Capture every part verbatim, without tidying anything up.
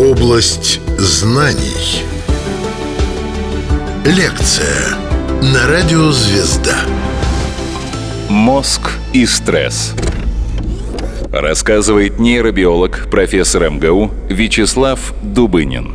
Область знаний. Лекция на радио «Звезда». Мозг и стресс. Рассказывает нейробиолог, профессор эм гэ у Вячеслав Дубынин.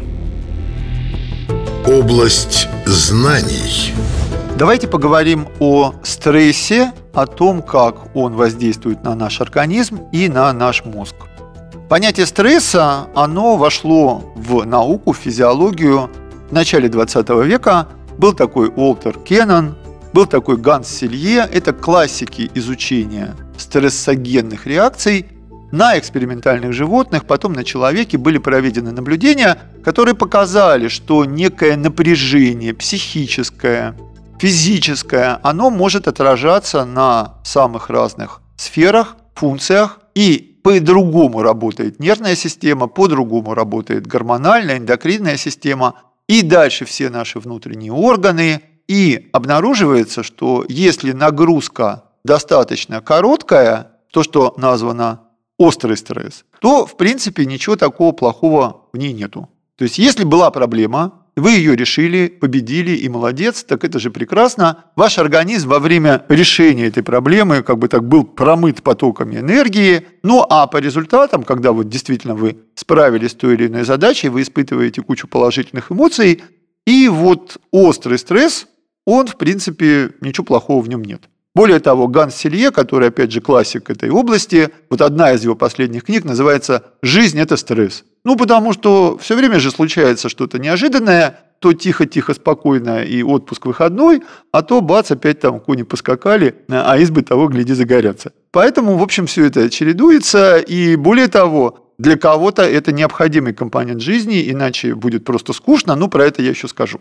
Область знаний. Давайте поговорим о стрессе, о том, как он воздействует на наш организм и на наш мозг. Понятие стресса, оно вошло в науку, в физиологию в начале двадцатого века. Был такой Уолтер Кеннон, был такой Ганс Селье. Это классики изучения стрессогенных реакций на экспериментальных животных, потом на человеке. Были проведены наблюдения, которые показали, что некое напряжение психическое, физическое, оно может отражаться на самых разных сферах, функциях, и по-другому работает нервная система, по-другому работает гормональная, эндокринная система, и дальше все наши внутренние органы. И обнаруживается, что если нагрузка достаточно короткая, то, что названо острый стресс, то, в принципе, ничего такого плохого в ней нету. То есть, если была проблема, вы ее решили, победили, и молодец, так это же прекрасно. Ваш организм во время решения этой проблемы как бы так был промыт потоками энергии. Ну а по результатам, когда вот действительно вы справились с той или иной задачей, вы испытываете кучу положительных эмоций, и вот острый стресс, он, в принципе, ничего плохого в нем нет. Более того, Ганс Селье, который, опять же, классик этой области, вот одна из его последних книг называется «Жизнь – это стресс». Ну, потому что все время же случается что-то неожиданное, то тихо-тихо, спокойно и отпуск выходной, а то бац, опять там кони поскакали, а избы того, гляди, загорятся. Поэтому, в общем, все это чередуется, и более того, для кого-то это необходимый компонент жизни, иначе будет просто скучно, но про это я еще скажу.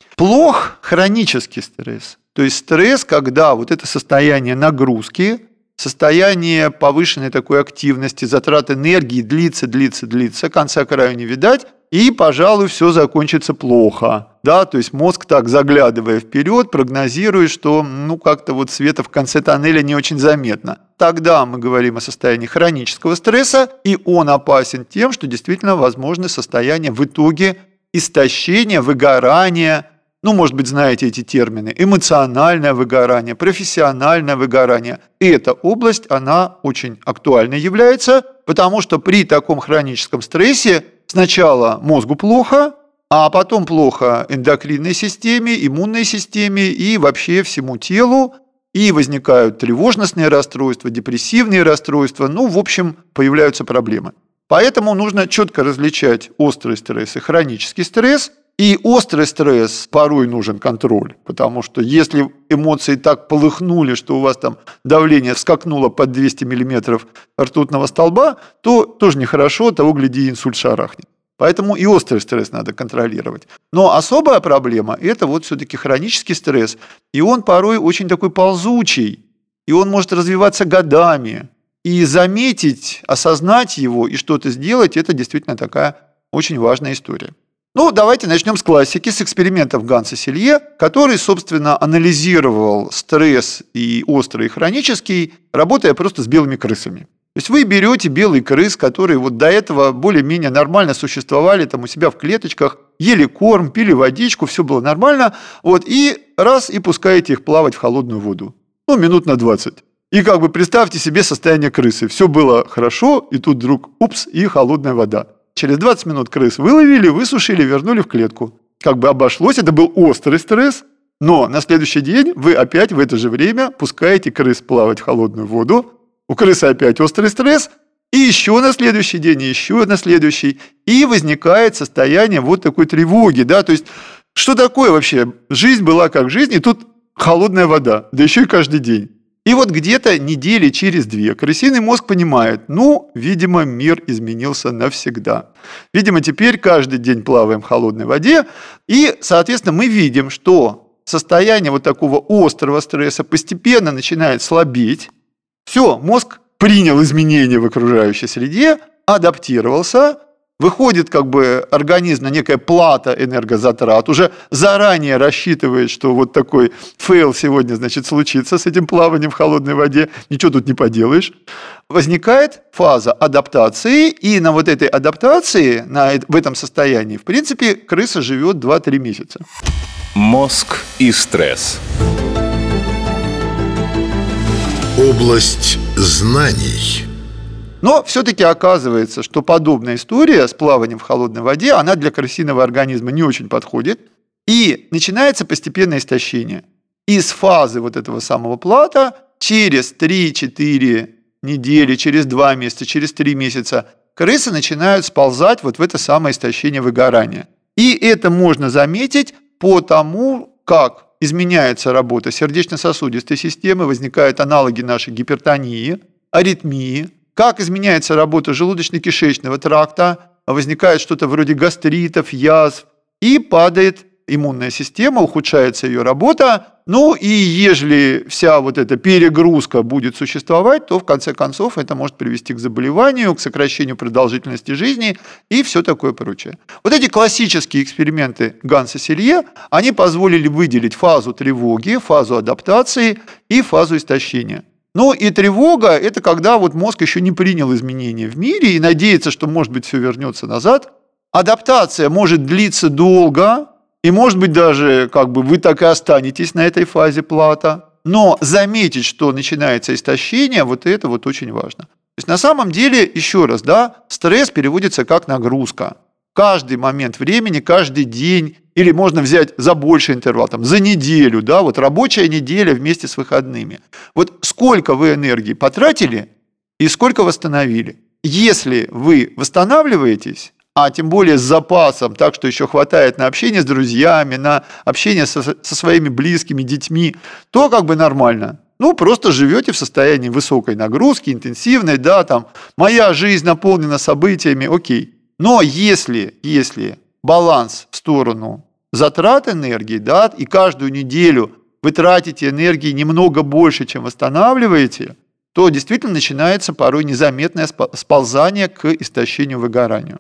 Плох хронический стресс. То есть стресс, когда вот это состояние нагрузки, состояние повышенной такой активности, затрат энергии длится, длится, длится, конца краю не видать, и, пожалуй, все закончится плохо. Да, то есть мозг так, заглядывая вперед, прогнозирует, что ну как-то вот света в конце тоннеля не очень заметно. Тогда мы говорим о состоянии хронического стресса, и он опасен тем, что действительно возможно состояние в итоге истощения, выгорания. Ну, может быть, знаете эти термины: эмоциональное выгорание, профессиональное выгорание. И эта область, она очень актуальной является, потому что при таком хроническом стрессе сначала мозгу плохо, а потом плохо эндокринной системе, иммунной системе и вообще всему телу. И возникают тревожностные расстройства, депрессивные расстройства. Ну, в общем, появляются проблемы. Поэтому нужно четко различать острый стресс и хронический стресс. И острый стресс порой нужен контроль, потому что если эмоции так полыхнули, что у вас там давление скакнуло под двести миллиметров ртутного столба, то тоже нехорошо, того гляди, инсульт шарахнет. Поэтому и острый стресс надо контролировать. Но особая проблема – это вот все-таки хронический стресс, и он порой очень такой ползучий, и он может развиваться годами. И заметить, осознать его и что-то сделать – это действительно такая очень важная история. Ну, давайте начнем с классики, с экспериментов Ганса Селье, который, собственно, анализировал стресс и острый, и хронический, работая просто с белыми крысами. То есть вы берете белый крыс, которые вот до этого более-менее нормально существовали там у себя в клеточках, ели корм, пили водичку, все было нормально, вот, и раз, и пускаете их плавать в холодную воду. Ну, минут на двадцать. И как бы представьте себе состояние крысы. Все было хорошо, и тут вдруг, упс, и холодная вода. Через двадцать минут крыс выловили, высушили, вернули в клетку. Как бы обошлось, это был острый стресс, но на следующий день вы опять в это же время пускаете крыс плавать в холодную воду, у крысы опять острый стресс, и еще на следующий день, и еще на следующий, и возникает состояние вот такой тревоги, да, то есть что такое вообще? Жизнь была как жизнь, и тут холодная вода, да еще и каждый день. И вот где-то недели через две крысиный мозг понимает, ну, видимо, мир изменился навсегда. Видимо, теперь каждый день плаваем в холодной воде, и, соответственно, мы видим, что состояние вот такого острого стресса постепенно начинает слабеть. Все, мозг принял изменения в окружающей среде, адаптировался, выходит как бы организм на некая плата энергозатрат, уже заранее рассчитывает, что вот такой фейл сегодня, значит, случится с этим плаванием в холодной воде, ничего тут не поделаешь. Возникает фаза адаптации, и на вот этой адаптации, на, в этом состоянии, в принципе, крыса живет два-три месяца. Мозг и стресс. Область знаний. Но все-таки оказывается, что подобная история с плаванием в холодной воде, она для крысиного организма не очень подходит, и начинается постепенное истощение. Из фазы вот этого самого плата через три-четыре недели, через два месяца, через три месяца крысы начинают сползать вот в это самое истощение, выгорание. И это можно заметить по тому, как изменяется работа сердечно-сосудистой системы, возникают аналоги нашей гипертонии, аритмии, как изменяется работа желудочно-кишечного тракта, возникает что-то вроде гастритов, язв, и падает иммунная система, ухудшается ее работа. Ну и ежели вся вот эта перегрузка будет существовать, то в конце концов это может привести к заболеванию, к сокращению продолжительности жизни и все такое прочее. Вот эти классические эксперименты Ганса Селье, они позволили выделить фазу тревоги, фазу адаптации и фазу истощения. Ну и тревога – это когда вот мозг еще не принял изменения в мире и надеется, что, может быть, все вернется назад. Адаптация может длиться долго, и, может быть, даже как бы вы так и останетесь на этой фазе плата. Но заметить, что начинается истощение, вот это вот очень важно. То есть на самом деле, еще раз, да, стресс переводится как нагрузка. Каждый момент времени, каждый день, или можно взять за больший интервал, там, за неделю, да, вот рабочая неделя вместе с выходными. Вот сколько вы энергии потратили и сколько восстановили. Если вы восстанавливаетесь, а тем более с запасом, так что еще хватает на общение с друзьями, на общение со, со своими близкими, детьми, то как бы нормально. Ну, просто живете в состоянии высокой нагрузки, интенсивной, да, там, моя жизнь наполнена событиями, окей. Но если, если баланс в сторону затрат энергии, да, и каждую неделю вы тратите энергии немного больше, чем восстанавливаете, то действительно начинается порой незаметное сползание к истощению, выгоранию.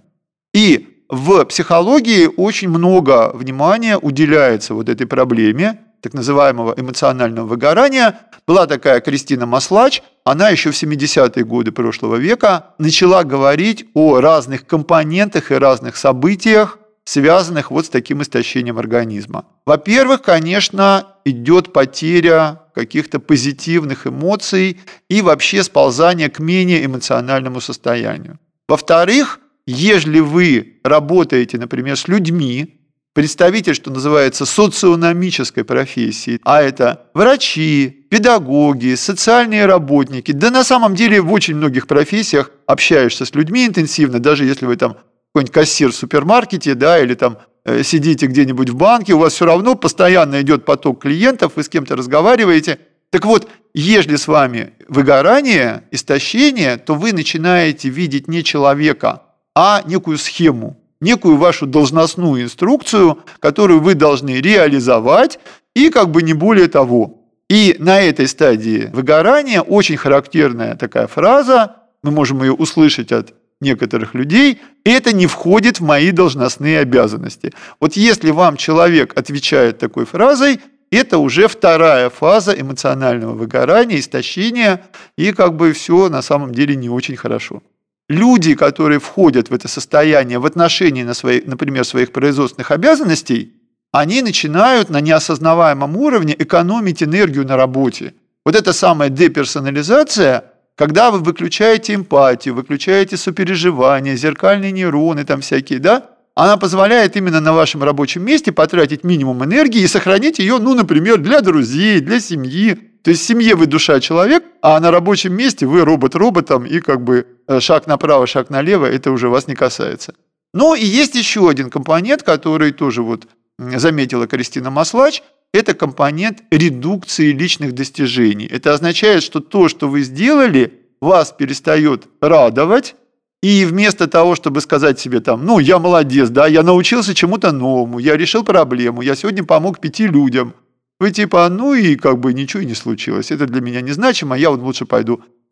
И в психологии очень много внимания уделяется вот этой проблеме так называемого эмоционального выгорания. Была такая Кристина Маслач, она еще в семидесятые годы прошлого века начала говорить о разных компонентах и разных событиях, связанных вот с таким истощением организма. Во-первых, конечно, идет потеря каких-то позитивных эмоций и вообще сползание к менее эмоциональному состоянию. Во-вторых, ежели вы работаете, например, с людьми, представитель, что называется, социономической профессии, а это врачи, педагоги, социальные работники, да на самом деле в очень многих профессиях общаешься с людьми интенсивно, даже если вы там какой-нибудь кассир в супермаркете, да, или там э, сидите где-нибудь в банке, у вас все равно постоянно идет поток клиентов, вы с кем-то разговариваете. Так вот, ежели с вами выгорание, истощение, то вы начинаете видеть не человека, а некую схему, некую вашу должностную инструкцию, которую вы должны реализовать, и как бы не более того. И на этой стадии выгорания очень характерная такая фраза, мы можем ее услышать от некоторых людей, это не входит в мои должностные обязанности. Вот если вам человек отвечает такой фразой, это уже вторая фаза эмоционального выгорания, истощения, и как бы все на самом деле не очень хорошо. Люди, которые входят в это состояние в отношении, на свои, например, своих производственных обязанностей, они начинают на неосознаваемом уровне экономить энергию на работе. Вот эта самая деперсонализация, когда вы выключаете эмпатию, выключаете сопереживание, зеркальные нейроны там всякие, да, она позволяет именно на вашем рабочем месте потратить минимум энергии и сохранить ее, ну, например, для друзей, для семьи. То есть в семье вы душа человек, а на рабочем месте вы робот роботом, и как бы шаг направо, шаг налево, это уже вас не касается. Но и есть еще один компонент, который тоже вот заметила Кристина Маслач, это компонент редукции личных достижений. Это означает, что то, что вы сделали, вас перестает радовать, и вместо того, чтобы сказать себе там, ну, я молодец, да, я научился чему-то новому, я решил проблему, я сегодня помог пяти людям, вы типа, ну и как бы ничего и не случилось, это для меня незначимо, я вот лучше пойду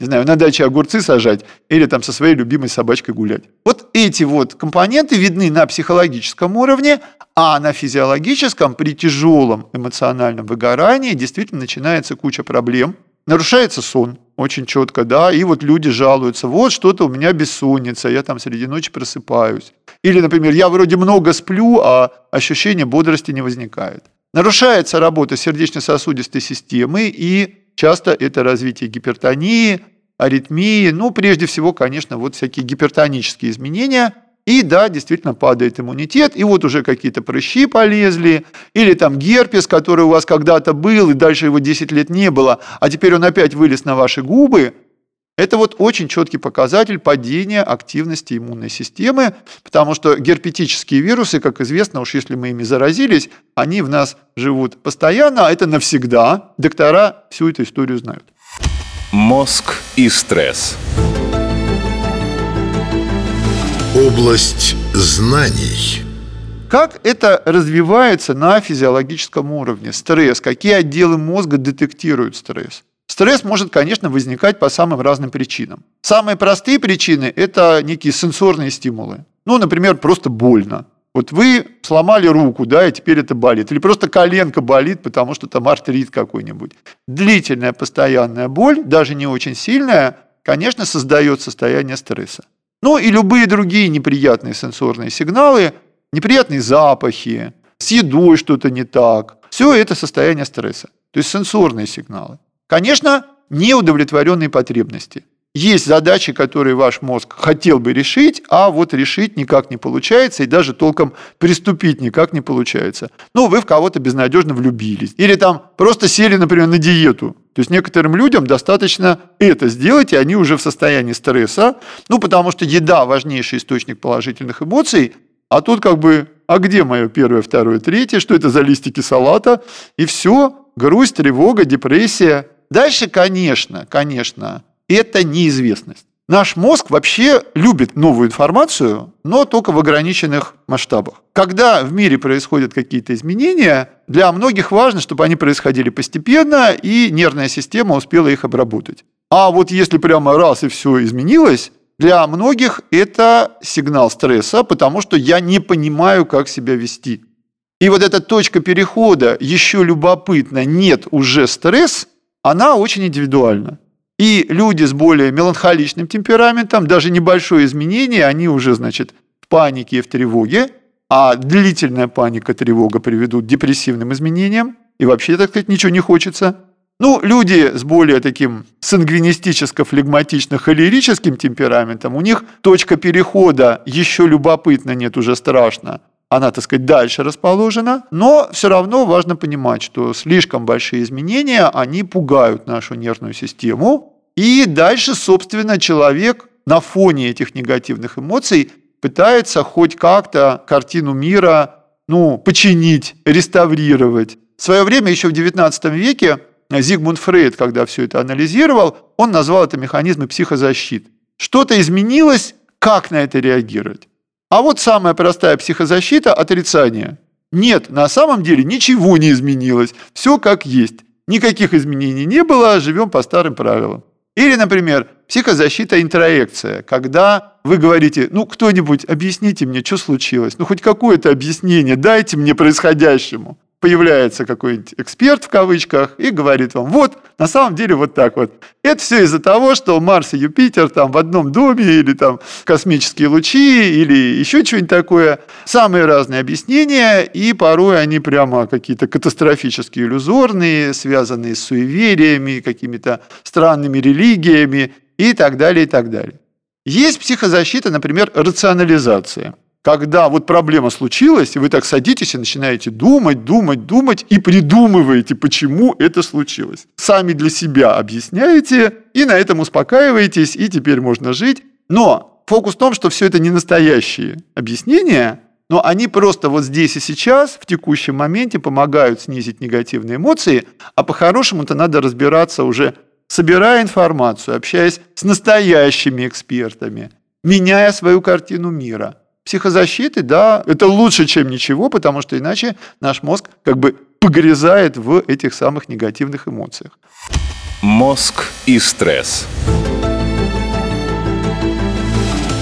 не знаю, на даче огурцы сажать или там со своей любимой собачкой гулять. Вот эти вот компоненты видны на психологическом уровне, а на физиологическом при тяжелом эмоциональном выгорании действительно начинается куча проблем. Нарушается сон очень четко, да, и вот люди жалуются, вот что-то у меня бессонница, я там среди ночи просыпаюсь. Или, например, я вроде много сплю, а ощущение бодрости не возникает. Нарушается работа сердечно-сосудистой системы, и часто это развитие гипертонии, аритмии, ну, прежде всего, конечно, вот всякие гипертонические изменения. И да, действительно падает иммунитет, и вот уже какие-то прыщи полезли, или там герпес, который у вас когда-то был, и дальше его десять лет не было, а теперь он опять вылез на ваши губы. Это вот очень четкий показатель падения активности иммунной системы, потому что герпетические вирусы, как известно, уж если мы ими заразились, они в нас живут постоянно, а это навсегда. Доктора всю эту историю знают. Мозг и стресс. Область знаний. Как это развивается на физиологическом уровне? Стресс. Какие отделы мозга детектируют стресс? Стресс может, конечно, возникать по самым разным причинам. Самые простые причины – это некие сенсорные стимулы. Ну, например, просто больно. Вот вы сломали руку, да, и теперь это болит. Или просто коленка болит, потому что там артрит какой-нибудь. Длительная постоянная боль, даже не очень сильная, конечно, создает состояние стресса. Ну и любые другие неприятные сенсорные сигналы, неприятные запахи, с едой что-то не так. Все это состояние стресса, то есть сенсорные сигналы. Конечно, неудовлетворенные потребности. Есть задачи, которые ваш мозг хотел бы решить, а вот решить никак не получается, и даже толком приступить никак не получается. Ну, вы в кого-то безнадежно влюбились. Или там просто сели, например, на диету. То есть некоторым людям достаточно это сделать, и они уже в состоянии стресса. Ну, потому что еда – важнейший источник положительных эмоций, а тут как бы, а где мое первое, второе, третье? Что это за листики салата? И все, грусть, тревога, депрессия. Дальше, конечно, конечно, это неизвестность. Наш мозг вообще любит новую информацию, но только в ограниченных масштабах. Когда в мире происходят какие-то изменения, для многих важно, чтобы они происходили постепенно, и нервная система успела их обработать. А вот если прямо раз и все изменилось, для многих это сигнал стресса, потому что я не понимаю, как себя вести. И вот эта точка перехода «еще любопытно, нет, уже стресс», она очень индивидуальна. И люди с более меланхоличным темпераментом, даже небольшое изменение, они уже, значит, в панике и в тревоге, а длительная паника, тревога приведут к депрессивным изменениям, и вообще, так сказать, ничего не хочется. Ну, люди с более таким сангвинистическо-флегматично-холерическим темпераментом, у них точка перехода «еще любопытно, нет, уже страшно», она, так сказать, дальше расположена, но все равно важно понимать, что слишком большие изменения, они пугают нашу нервную систему, и дальше, собственно, человек на фоне этих негативных эмоций пытается хоть как-то картину мира, ну, починить, реставрировать. В свое время, еще в девятнадцатом веке, Зигмунд Фрейд, когда все это анализировал, он назвал это механизмы психозащиты. Что-то изменилось, как на это реагировать? А вот самая простая психозащита – отрицание. Нет, на самом деле ничего не изменилось, все как есть. Никаких изменений не было, живем по старым правилам. Или, например, психозащита интроекция, когда вы говорите, ну, кто-нибудь объясните мне, что случилось, ну, хоть какое-то объяснение дайте мне происходящему. Появляется какой-нибудь эксперт в кавычках и говорит вам, вот, на самом деле вот так вот. Это все из-за того, что Марс и Юпитер там в одном доме, или там космические лучи, или еще что-нибудь такое. Самые разные объяснения, и порой они прямо какие-то катастрофически иллюзорные, связанные с суевериями, какими-то странными религиями и так далее, и так далее. Есть психозащита, например, рационализация. Когда вот проблема случилась, и вы так садитесь и начинаете думать, думать, думать, и придумываете, почему это случилось. Сами для себя объясняете, и на этом успокаиваетесь, и теперь можно жить. Но фокус в том, что все это не настоящие объяснения, но они просто вот здесь и сейчас, в текущем моменте, помогают снизить негативные эмоции, а по-хорошему-то надо разбираться уже, собирая информацию, общаясь с настоящими экспертами, меняя свою картину мира. Психозащиты, да, это лучше, чем ничего, потому что иначе наш мозг как бы погрязает в этих самых негативных эмоциях. Мозг и стресс.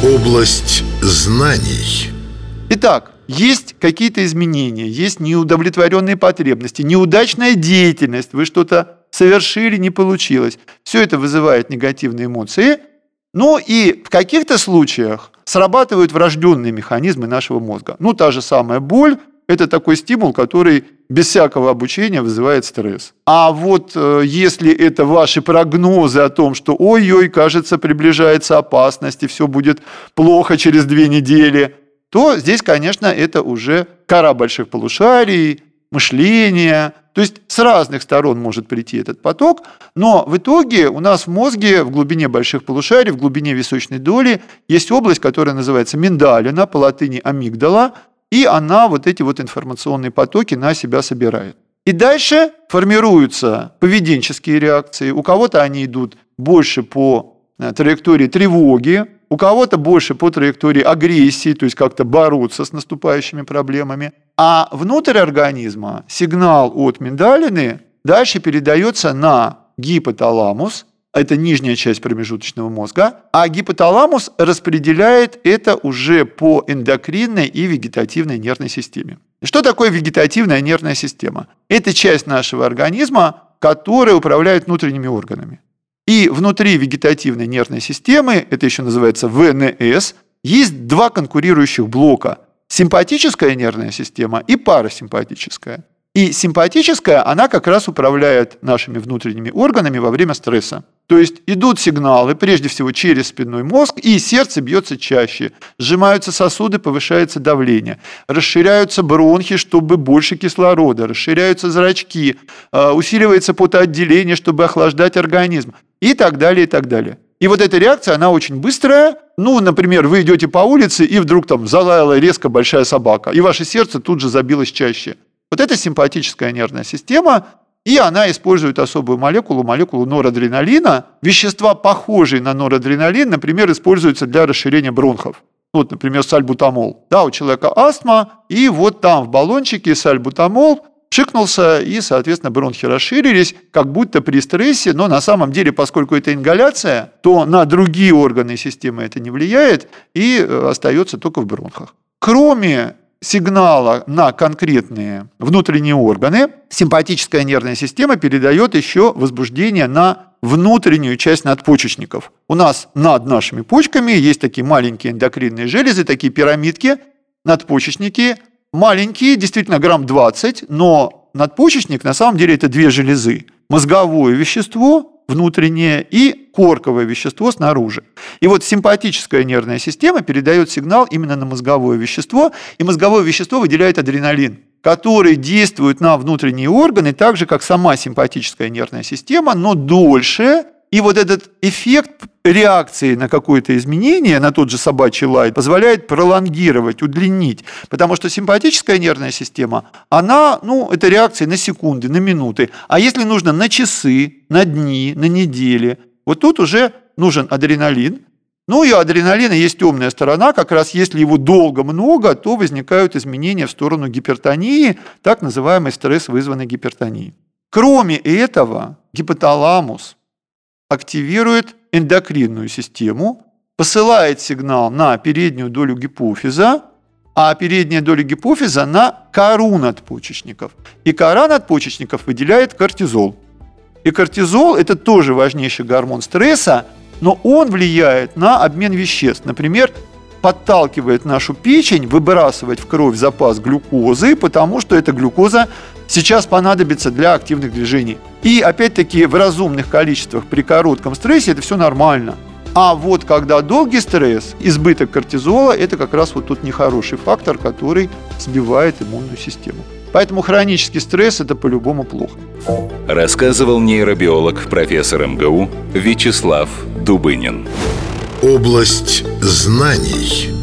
Область знаний. Итак, есть какие-то изменения, есть неудовлетворенные потребности, неудачная деятельность, вы что-то совершили, не получилось. Все это вызывает негативные эмоции. Ну и в каких-то случаях срабатывают врожденные механизмы нашего мозга. Ну, та же самая боль – это такой стимул, который без всякого обучения вызывает стресс. А вот э, если это ваши прогнозы о том, что ой-ой, кажется, приближается опасность, и все будет плохо через две недели, то здесь, конечно, это уже кора больших полушарий, мышление. То есть с разных сторон может прийти этот поток, но в итоге у нас в мозге, в глубине больших полушарий, в глубине височной доли есть область, которая называется миндалина, по латыни амигдала, и она вот эти вот информационные потоки на себя собирает. И дальше формируются поведенческие реакции. У кого-то они идут больше по траектории тревоги, у кого-то больше по траектории агрессии, то есть как-то бороться с наступающими проблемами. А внутрь организма сигнал от миндалины дальше передается на гипоталамус, это нижняя часть промежуточного мозга, а гипоталамус распределяет это уже по эндокринной и вегетативной нервной системе. Что такое вегетативная нервная система? Это часть нашего организма, которая управляет внутренними органами. И внутри вегетативной нервной системы, это еще называется вэ эн эс, есть два конкурирующих блока – симпатическая нервная система и парасимпатическая. И симпатическая, она как раз управляет нашими внутренними органами во время стресса. То есть идут сигналы, прежде всего через спинной мозг, и сердце бьется чаще, сжимаются сосуды, повышается давление, расширяются бронхи, чтобы больше кислорода, расширяются зрачки, усиливается потоотделение, чтобы охлаждать организм, и так далее, и так далее. И вот эта реакция, она очень быстрая. Ну, например, вы идете по улице, и вдруг там залаяла резко большая собака, и ваше сердце тут же забилось чаще. Вот это симпатическая нервная система, и она использует особую молекулу, молекулу норадреналина. Вещества, похожие на норадреналин, например, используются для расширения бронхов. Вот, например, сальбутамол. Да, у человека астма, и вот там в баллончике сальбутамол пшикнулся, и, соответственно, бронхи расширились, как будто при стрессе, но на самом деле, поскольку это ингаляция, то на другие органы системы это не влияет и остается только в бронхах. Кроме сигнала на конкретные внутренние органы, симпатическая нервная система передает еще возбуждение на внутреннюю часть надпочечников. У нас над нашими почками есть такие маленькие эндокринные железы, такие пирамидки, надпочечники, маленькие, действительно грамм двадцать, но надпочечник на самом деле это две железы. Мозговое вещество внутреннее и корковое вещество снаружи. И вот симпатическая нервная система передает сигнал именно на мозговое вещество, и мозговое вещество выделяет адреналин, который действует на внутренние органы так же, как сама симпатическая нервная система, но дольше. И вот этот эффект реакции на какое-то изменение, на тот же собачий лай, позволяет пролонгировать, удлинить. Потому что симпатическая нервная система, она, ну, это реакции на секунды, на минуты. А если нужно на часы, на дни, на недели, вот тут уже нужен адреналин. Ну и у адреналина есть темная сторона, как раз если его долго много, то возникают изменения в сторону гипертонии, так называемый стресс, вызванный гипертонией. Кроме этого, гипоталамус активирует эндокринную систему, посылает сигнал на переднюю долю гипофиза, а передняя доля гипофиза на кору надпочечников. И кора надпочечников выделяет кортизол. И кортизол – это тоже важнейший гормон стресса, но он влияет на обмен веществ. Например, подталкивает нашу печень выбрасывать в кровь запас глюкозы, потому что эта глюкоза сейчас понадобится для активных движений. И опять-таки в разумных количествах при коротком стрессе это все нормально. А вот когда долгий стресс, избыток кортизола, это как раз вот тот нехороший фактор, который сбивает иммунную систему. Поэтому хронический стресс – это по-любому плохо. Рассказывал нейробиолог, профессор эм гэ у Вячеслав Дубынин. Область знаний.